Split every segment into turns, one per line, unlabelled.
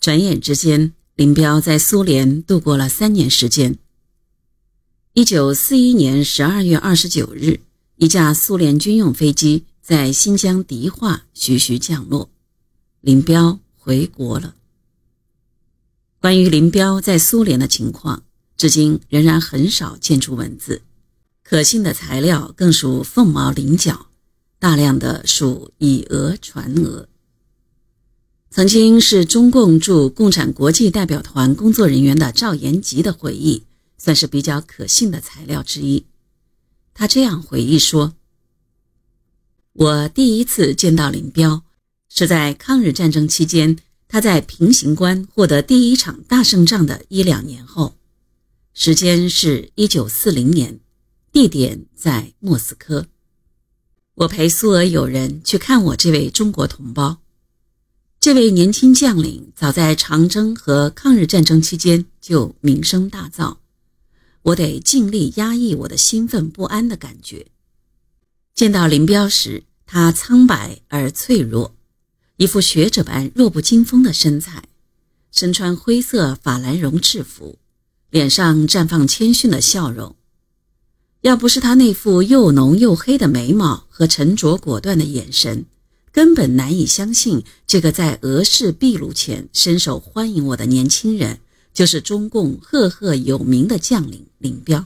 转眼之间，林彪在苏联度过了3年时间。1941年12月29日，一架苏联军用飞机在新疆迪化徐徐降落，林彪回国了。关于林彪在苏联的情况，至今仍然很少见诸文字，可信的材料更属凤毛麟角，大量的属以讹传讹。曾经是中共驻共产国际代表团工作人员的赵延吉的回忆，算是比较可信的材料之一。他这样回忆说，我第一次见到林彪是在抗日战争期间，他在平型关获得第一场大胜仗的1-2年后，时间是1940年，地点在莫斯科。我陪苏俄友人去看我这位中国同胞。这位年轻将领早在长征和抗日战争期间就名声大噪，我得尽力压抑我的兴奋不安的感觉。见到林彪时，他苍白而脆弱，一副学者般弱不禁风的身材，身穿灰色法兰绒制服，脸上绽放谦逊的笑容。要不是他那副又浓又黑的眉毛和沉着果断的眼神，根本难以相信这个在俄式壁炉前伸手欢迎我的年轻人就是中共赫赫有名的将领林彪。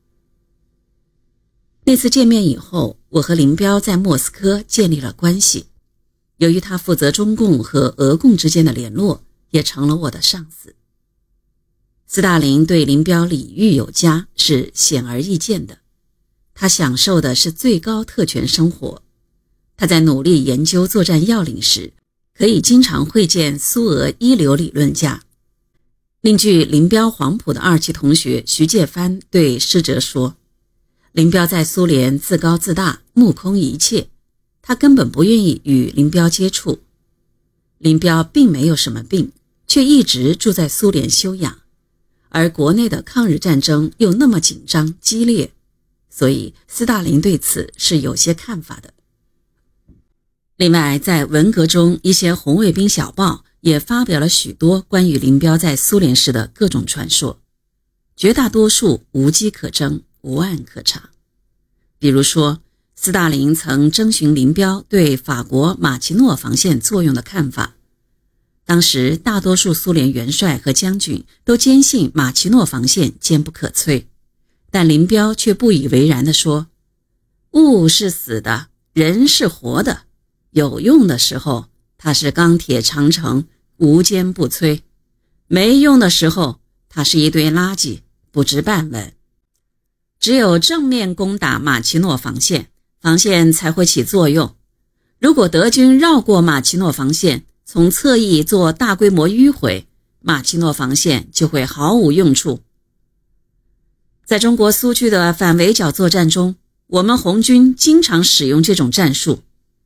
那次见面以后，我和林彪在莫斯科建立了关系，由于他负责中共和俄共之间的联络，也成了我的上司。斯大林对林彪礼遇有加是显而易见的，他享受的是最高特权生活。他在努力研究作战要领时，可以经常会见苏俄一流理论家。另据林彪黄埔的2期同学徐介帆对施哲说，林彪在苏联自高自大，目空一切，他根本不愿意与林彪接触。林彪并没有什么病，却一直住在苏联休养，而国内的抗日战争又那么紧张激烈，所以斯大林对此是有些看法的。另外，在文革中，一些红卫兵小报也发表了许多关于林彪在苏联时的各种传说，绝大多数无稽可证，无案可查。比如说，斯大林曾征询林彪对法国马奇诺防线作用的看法。当时大多数苏联元帅和将军都坚信马奇诺防线坚不可摧，但林彪却不以为然地说，物是死的，人是活的，有用的时候它是钢铁长城，无坚不摧，没用的时候它是一堆垃圾，不知半文。只有正面攻打马奇诺防线，防线才会起作用。如果德军绕过马奇诺防线，从侧翼做大规模迂回，马奇诺防线就会毫无用处。在中国苏区的反围剿作战中，我们红军经常使用这种战术。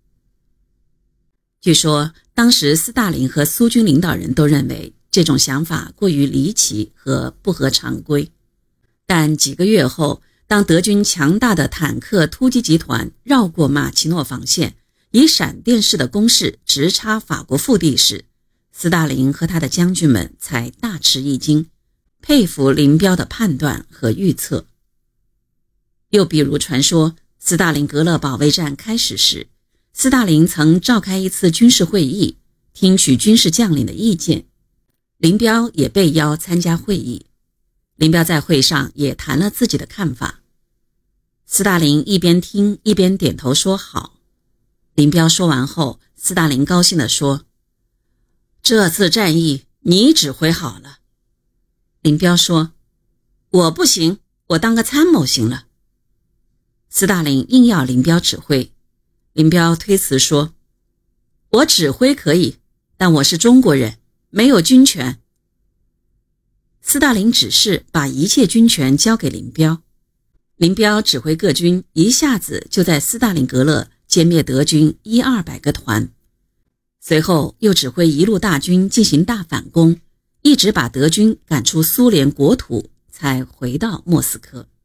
据说当时斯大林和苏军领导人都认为这种想法过于离奇和不合常规，但几个月后，当德军强大的坦克突击集团绕过马奇诺防线，以闪电式的攻势直插法国腹地时，斯大林和他的将军们才大吃一惊，佩服林彪的判断和预测。又比如传说，斯大林格勒保卫战开始时，斯大林曾召开一次军事会议，听取军事将领的意见，林彪也被邀参加会议。林彪在会上也谈了自己的看法，斯大林一边听一边点头说好。林彪说完后，斯大林高兴地说，这次战役你指挥好了。林彪说，我不行，我当个参谋行了。斯大林硬要林彪指挥，林彪推辞说，我指挥可以，但我是中国人，没有军权。斯大林指示把一切军权交给林彪，林彪指挥各军一下子就在斯大林格勒歼灭德军100-200个团，随后又指挥一路大军进行大反攻，一直把德军赶出苏联国土，才回到莫斯科。